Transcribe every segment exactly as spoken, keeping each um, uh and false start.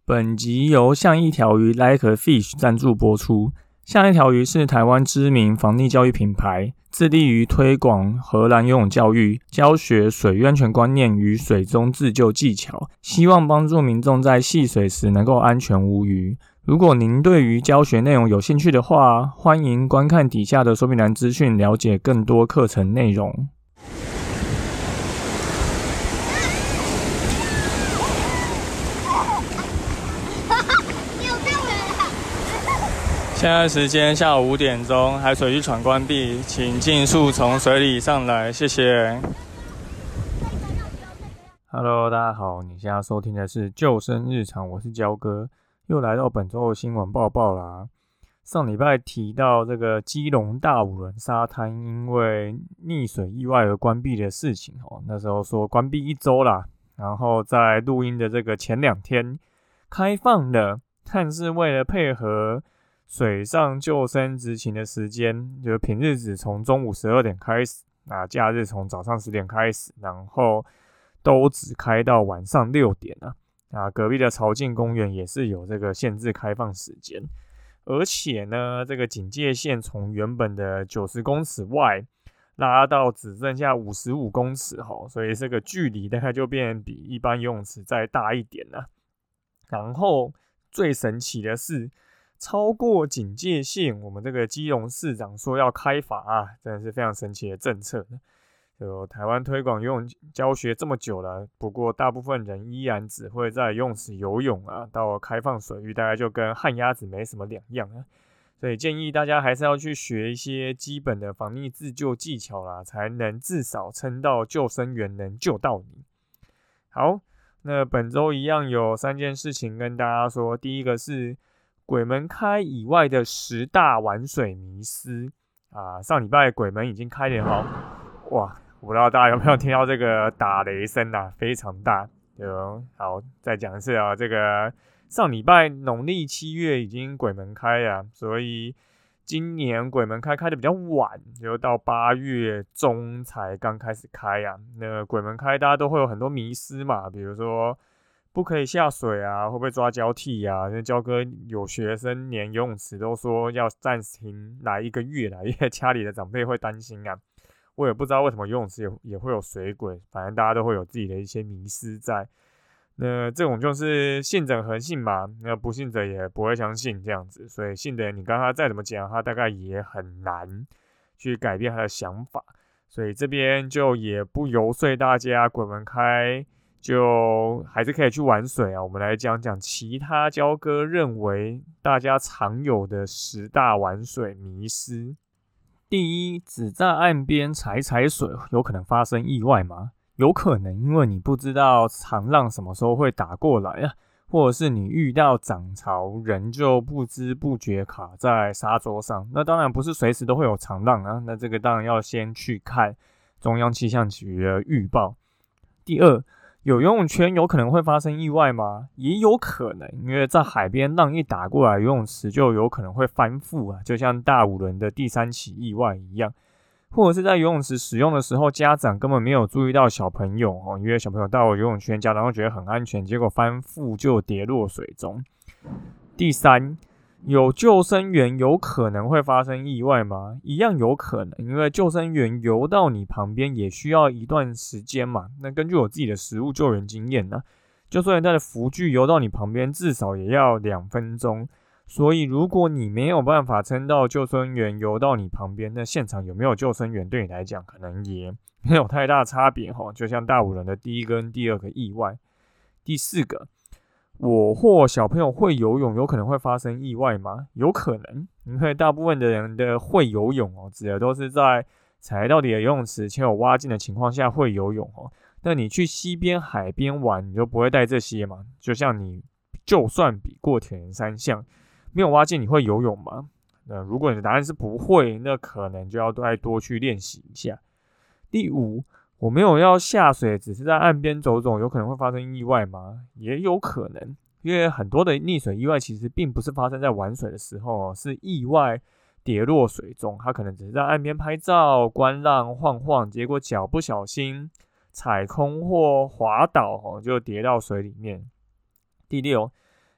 本集由像一条鱼 Like a Fish 赞助播出。像一条鱼是台湾知名防溺教育品牌，致力于推广荷兰游泳教育，教学水域安全观念与水中自救技巧，希望帮助民众在戏水时能够安全无虞。如果您对于教学内容有兴趣的话，欢迎观看底下的说明栏资讯，了解更多课程内容。现在时间下午五点钟，海水浴场关闭，请尽速从水里上来，谢谢。Hello， 大家好，你现在收听的是救生日常，我是焦哥，又来到本周的新闻报报啦。上礼拜提到这个基隆大武仑沙滩因为溺水意外而关闭的事情哦，那时候说关闭一周啦，然后在录音的这个前两天开放了，但是为了配合水上救生执勤的时间，就是平日只从中午十二点开始，啊，假日从早上十点开始，然后都只开到晚上六点啊。啊，隔壁的潮境公园也是有这个限制开放时间，而且呢，这个警戒线从原本的九十公尺外拉到只剩下五十五公尺吼，所以这个距离大概就变比一般游泳池再大一点了。然后最神奇的是，超过警戒线，我们这个基隆市长说要开罚啊，真的是非常神奇的政策。就台湾推广游泳教学这么久了，不过大部分人依然只会在游泳池游泳啊，到开放水域大概就跟旱鸭子没什么两样啊。所以建议大家还是要去学一些基本的防溺自救技巧啦，才能至少撑到救生员能救到你。好，那本周一样有三件事情跟大家说，第一个是鬼门开以外的十大玩水迷思啊，上礼拜鬼门已经开了哈，哇，我不知道大家有没有听到这个打雷声啊，非常大。就好，再讲一次啊，这个上礼拜农历七月已经鬼门开啊，所以今年鬼门开开的比较晚，就到八月中才刚开始开啊。那鬼门开大家都会有很多迷思嘛，比如说不可以下水啊，会不会抓交替啊？那焦哥有学生连游泳池都说要暂停来一个月啦，因为家里的长辈会担心啊。我也不知道为什么游泳池 也, 也会有水鬼，反正大家都会有自己的一些迷思在。那这种就是信者恒信嘛，那不信者也不会相信这样子。所以信的人，你跟他再怎么讲，他大概也很难去改变他的想法。所以这边就也不游说大家鬼门开，就还是可以去玩水啊。我们来讲讲其他焦哥认为大家常有的十大玩水迷思。第一，只在岸边踩踩水，有可能发生意外吗？有可能，因为你不知道长浪什么时候会打过来啊，或者是你遇到涨潮，人就不知不觉卡在沙洲上。那当然不是随时都会有长浪啊，那这个当然要先去看中央气象局的预报。第二，有游泳圈有可能会发生意外吗？也有可能，因为在海边浪一打过来，游泳池就有可能会翻覆啊，就像大武仑的第三起意外一样。或者是在游泳池使用的时候，家长根本没有注意到小朋友哦，因为小朋友到了游泳圈，家长会觉得很安全，结果翻覆就跌落水中。第三，有救生员有可能会发生意外吗？一样有可能，因为救生员游到你旁边也需要一段时间嘛。那根据我自己的实务救援经验呢、啊，救生员带着浮具游到你旁边至少也要两分钟。所以如果你没有办法撑到救生员游到你旁边，那现场有没有救生员对你来讲可能也没有太大差别齁，就像大武仑的第一跟第二个意外。第四个，我或小朋友会游泳，有可能会发生意外吗？有可能，因为大部分的人的会游泳哦，指的都是在踩到底的游泳池且有蛙镜的情况下会游泳哦。那你去溪边、海边玩，你就不会带这些嘛？就像你就算比过铁人三项，没有蛙镜，你会游泳吗？那如果你的答案是不会，那可能就要再多去练习一下。第五，我没有要下水，只是在岸边走走，有可能会发生意外吗？也有可能，因为很多的溺水意外其实并不是发生在玩水的时候，是意外跌落水中，他可能只是在岸边拍照、观浪、晃晃，结果脚不小心踩空或滑倒，就跌到水里面。第六，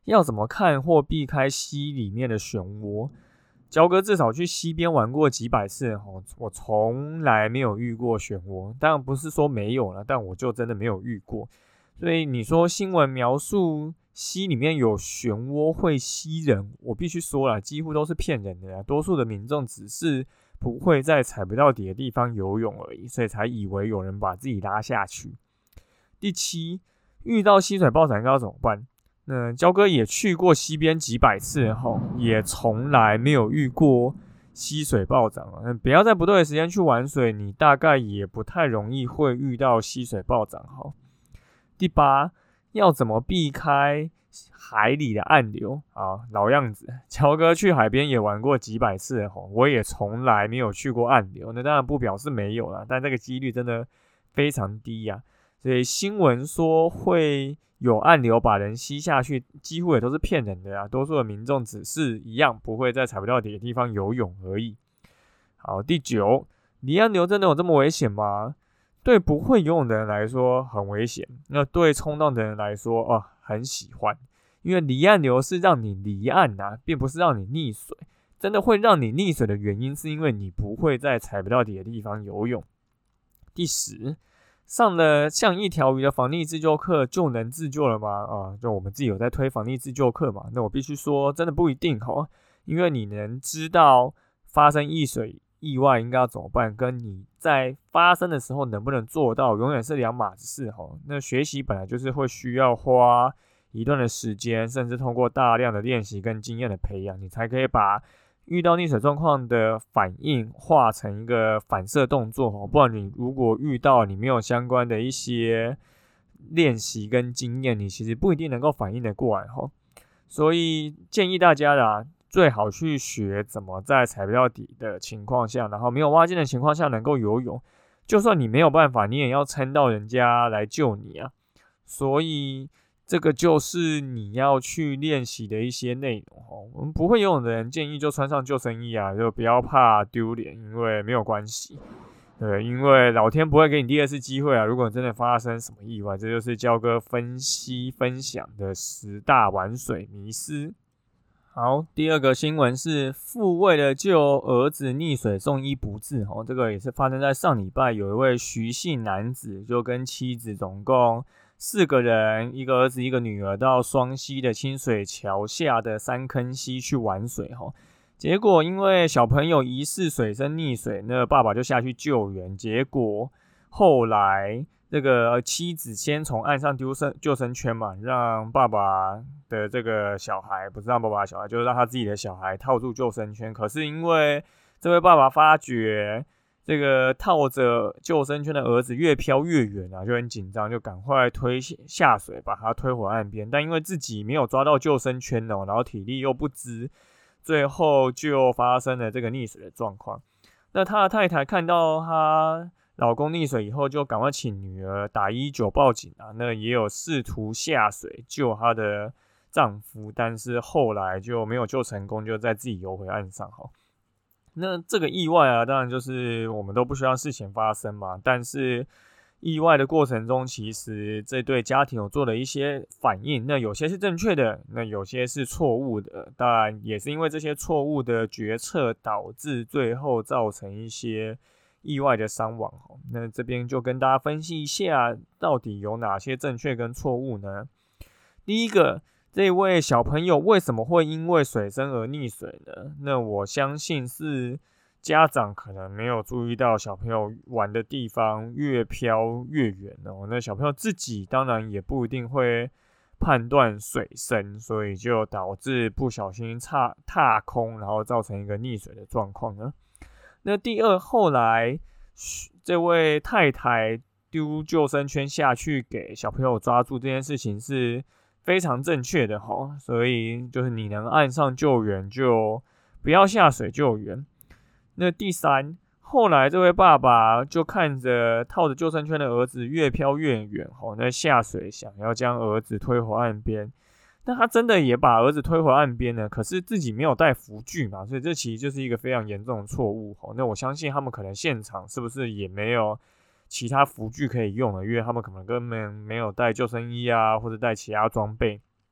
要怎么看或避开溪里面的漩涡？焦哥至少去溪边玩过几百次，我从来没有遇过漩涡。当然不是说没有了，但我就真的没有遇过。所以你说新闻描述溪里面有漩涡会吸人，我必须说了，几乎都是骗人的啦。多数的民众只是不会在踩不到底的地方游泳而已，所以才以为有人把自己拉下去。第七，遇到溪水暴涨应该要怎么办？那焦哥也去过溪边几百次后，也从来没有遇过溪水暴涨了。不要在不对的时间去玩水，你大概也不太容易会遇到溪水暴涨。好，第八，要怎么避开海里的暗流？啊，老样子，焦哥去海边也玩过几百次吼，我也从来没有去过暗流。那当然不表示没有啦，但这个几率真的非常低呀、啊。所以新闻说会有暗流把人吸下去，几乎也都是骗人的啊！多数的民众只是一样不会在踩不到底的地方游泳而已。好，第九，离岸流真的有这么危险吗？对不会游泳的人来说很危险，那对冲浪的人来说哦很喜欢，因为离岸流是让你离岸啊，并不是让你溺水。真的会让你溺水的原因是因为你不会在踩不到底的地方游泳。第十，上了像一条鱼的防溺自救课就能自救了吗？啊，就我们自己有在推防溺自救课嘛？那我必须说，真的不一定哦，因为你能知道发生溺水意外应该要怎么办，跟你在发生的时候能不能做到，永远是两码子事哦。那学习本来就是会需要花一段的时间，甚至通过大量的练习跟经验的培养，你才可以把遇到溺水状况的反应化成一个反射动作，不然你如果遇到你没有相关的一些练习跟经验，你其实不一定能够反应得过来。所以建议大家啦，最好去学怎么在踩不到底的情况下，然后没有蛙镜的情况下能够游泳。就算你没有办法，你也要撑到人家来救你啊。所以这个就是你要去练习的一些内容哦。我们不会游泳的人建议就穿上救生衣啊，就不要怕丢脸，因为没有关系。对，因为老天不会给你第二次机会啊。如果真的发生什么意外，这就是焦哥分析分享的十大玩水迷思。好，第二个新闻是父为了救儿子溺水送医不治哦，这个也是发生在上礼拜，有一位徐姓男子就跟妻子总共四个人，一个儿子一个女儿，到双溪的清水桥下的三坑溪去玩水齁。结果因为小朋友疑似水深溺水，那爸爸就下去救援，结果后来这个妻子先从岸上丢救生圈嘛，让爸爸的这个小孩，不是让爸爸的小孩，就是让他自己的小孩套住救生圈。可是因为这位爸爸发觉这个套着救生圈的儿子越飘越远啊，就很紧张，就赶快推下水，把他推回岸边。但因为自己没有抓到救生圈哦，然后体力又不支，最后就发生了这个溺水的状况。那他的太太看到他老公溺水以后，就赶快请女儿打一一九报警啊。那也有试图下水救她的丈夫，但是后来就没有救成功，就再自己游回岸上。那这个意外啊，当然就是我们都不希望事情发生嘛。但是意外的过程中，其实这对家庭有做了一些反应，那有些是正确的，那有些是错误的。当然也是因为这些错误的决策，导致最后造成一些意外的伤亡。那这边就跟大家分析一下，到底有哪些正确跟错误呢？第一个，这位小朋友为什么会因为水深而溺水呢？那我相信是家长可能没有注意到小朋友玩的地方越飘越远哦。那小朋友自己当然也不一定会判断水深，所以就导致不小心踏踏空，然后造成一个溺水的状况呢。那第二，后来这位太太丢救生圈下去给小朋友抓住这件事情是非常正确的齁，所以就是你能岸上救援就不要下水救援。那第三，后来这位爸爸就看着套着救生圈的儿子越飘越远齁，那下水想要将儿子推回岸边。那他真的也把儿子推回岸边呢，可是自己没有带浮具嘛，所以这其实就是一个非常严重的错误。那我相信他们可能现场是不是也没有其他浮具可以用了，因为他们可能根本没有带救生衣啊，或者带其他装备。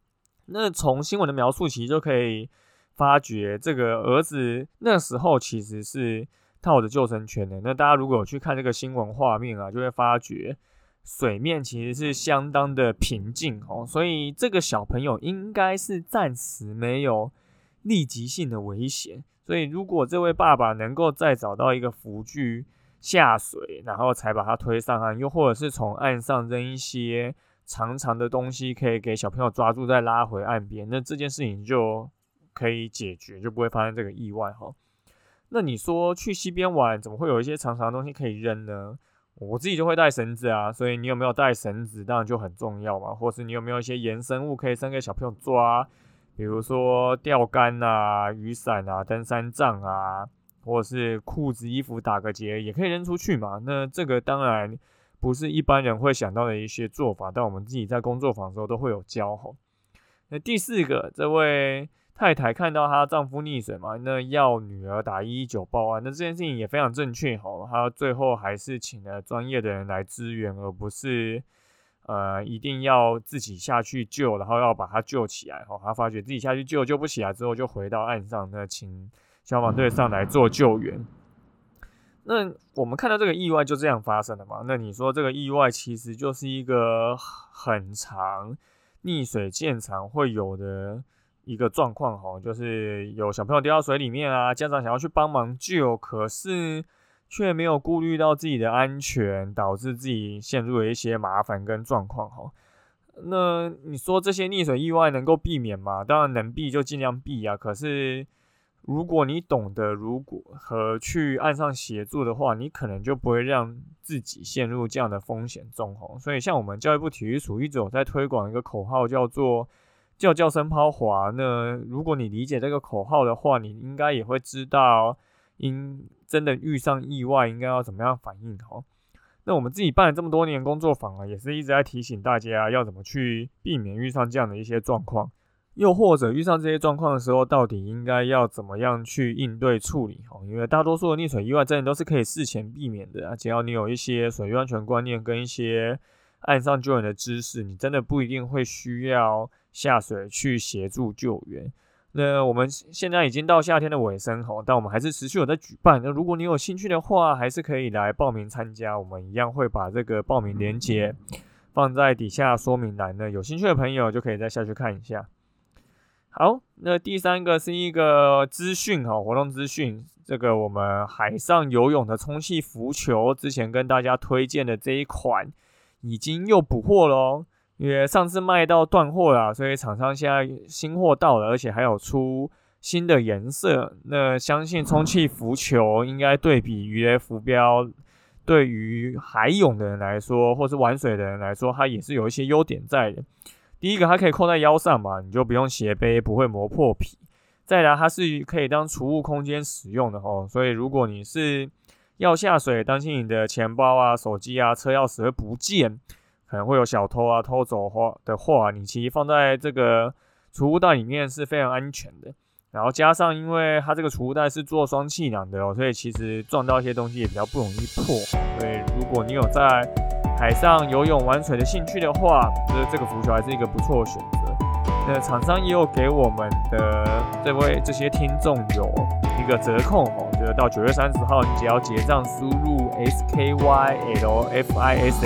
那从新闻的描述其实就可以发觉，这个儿子那时候其实是套着救生圈的。那大家如果有去看这个新闻画面啊，就会发觉水面其实是相当的平静哦，所以这个小朋友应该是暂时没有立即性的危险。所以如果这位爸爸能够再找到一个浮具下水，然后才把他推上岸，又或者是从岸上扔一些长长的东西，可以给小朋友抓住再拉回岸边，那这件事情就可以解决，就不会发生这个意外哈。那你说去溪边玩，怎么会有一些长长的东西可以扔呢？我自己就会带绳子啊，所以你有没有带绳子当然就很重要嘛，或是你有没有一些延伸物可以伸给小朋友抓，比如说钓竿啊、雨伞啊、登山杖啊，或者是裤子、衣服打个结也可以扔出去嘛。那这个当然不是一般人会想到的一些做法，但我们自己在工作坊的时候都会有教吼。那第四个，这位太太看到她丈夫溺水嘛，那要女儿打一一九报案，那这件事情也非常正确吼。她最后还是请了专业的人来支援，而不是呃一定要自己下去救，然后要把她救起来吼。她发觉自己下去救救不起来之后，就回到岸上，那请消防队上来做救援。那我们看到这个意外就这样发生了嘛？那你说这个意外其实就是一个很常溺水现场会有的一个状况哈，就是有小朋友掉到水里面啊，家长想要去帮忙救，可是却没有顾虑到自己的安全，导致自己陷入了一些麻烦跟状况哈。那你说这些溺水意外能够避免吗？当然能避就尽量避啊，可是如果你懂得如果和去岸上协助的话，你可能就不会让自己陷入这样的风险中吼。所以像我们教育部体育署一直有在推广一个口号，叫做叫叫声抛滑。那如果你理解这个口号的话，你应该也会知道，因真的遇上意外应该要怎么样反应吼。那我们自己办了这么多年工作坊啊，也是一直在提醒大家要怎么去避免遇上这样的一些状况。又或者遇上这些状况的时候，到底应该要怎么样去应对处理？因为大多数的溺水意外真的都是可以事前避免的啊，只要你有一些水域安全观念跟一些岸上救援的知识，你真的不一定会需要下水去协助救援。那我们现在已经到夏天的尾声，但我们还是持续有在举办。那如果你有兴趣的话，还是可以来报名参加，我们一样会把这个报名连结放在底下说明栏呢，有兴趣的朋友就可以再下去看一下。好，那第三个是一个资讯哈，活动资讯。这个我们海上游泳的充气浮球，之前跟大家推荐的这一款，已经又补货了哦。因为上次卖到断货了，所以厂商现在新货到了，而且还有出新的颜色。那相信充气浮球应该对比鱼雷浮标，对于海泳的人来说，或是玩水的人来说，它也是有一些优点在的。第一个，它可以扣在腰上嘛，你就不用斜背，不会磨破皮。再来，它是可以当储物空间使用的哦，所以如果你是要下水，担心你的钱包啊、手机啊、车钥匙会不见，可能会有小偷啊偷走的话，你其实放在这个储物袋里面是非常安全的。然后加上，因为它这个储物袋是做双气囊的哦，所以其实撞到一些东西也比较不容易破。所以如果你有在海上游泳玩水的兴趣的话，就是这个浮球还是一个不错的选择。那厂商也有给我们的这位这些听众有一个折扣哦，就是到九月三十号，你只要结账输入 S K Y L F I S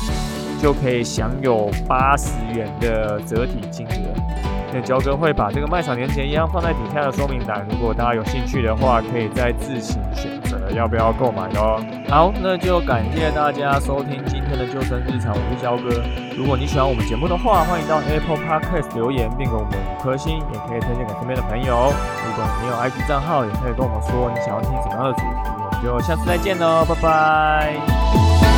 H， 就可以享有八十元的折抵金额。那焦哥会把这个卖场链接一样放在底下的说明栏，如果大家有兴趣的话，可以再自行选择要不要购买哦。好，那就感谢大家收听今天的救生日常，我是焦哥。如果你喜欢我们节目的话，欢迎到 Apple Podcast 留言并给我们五颗星，也可以推荐给身边的朋友。如果你没有 I G 账号，也可以跟我们说你想要听什么样的主题，我们就下次再见喽，拜拜。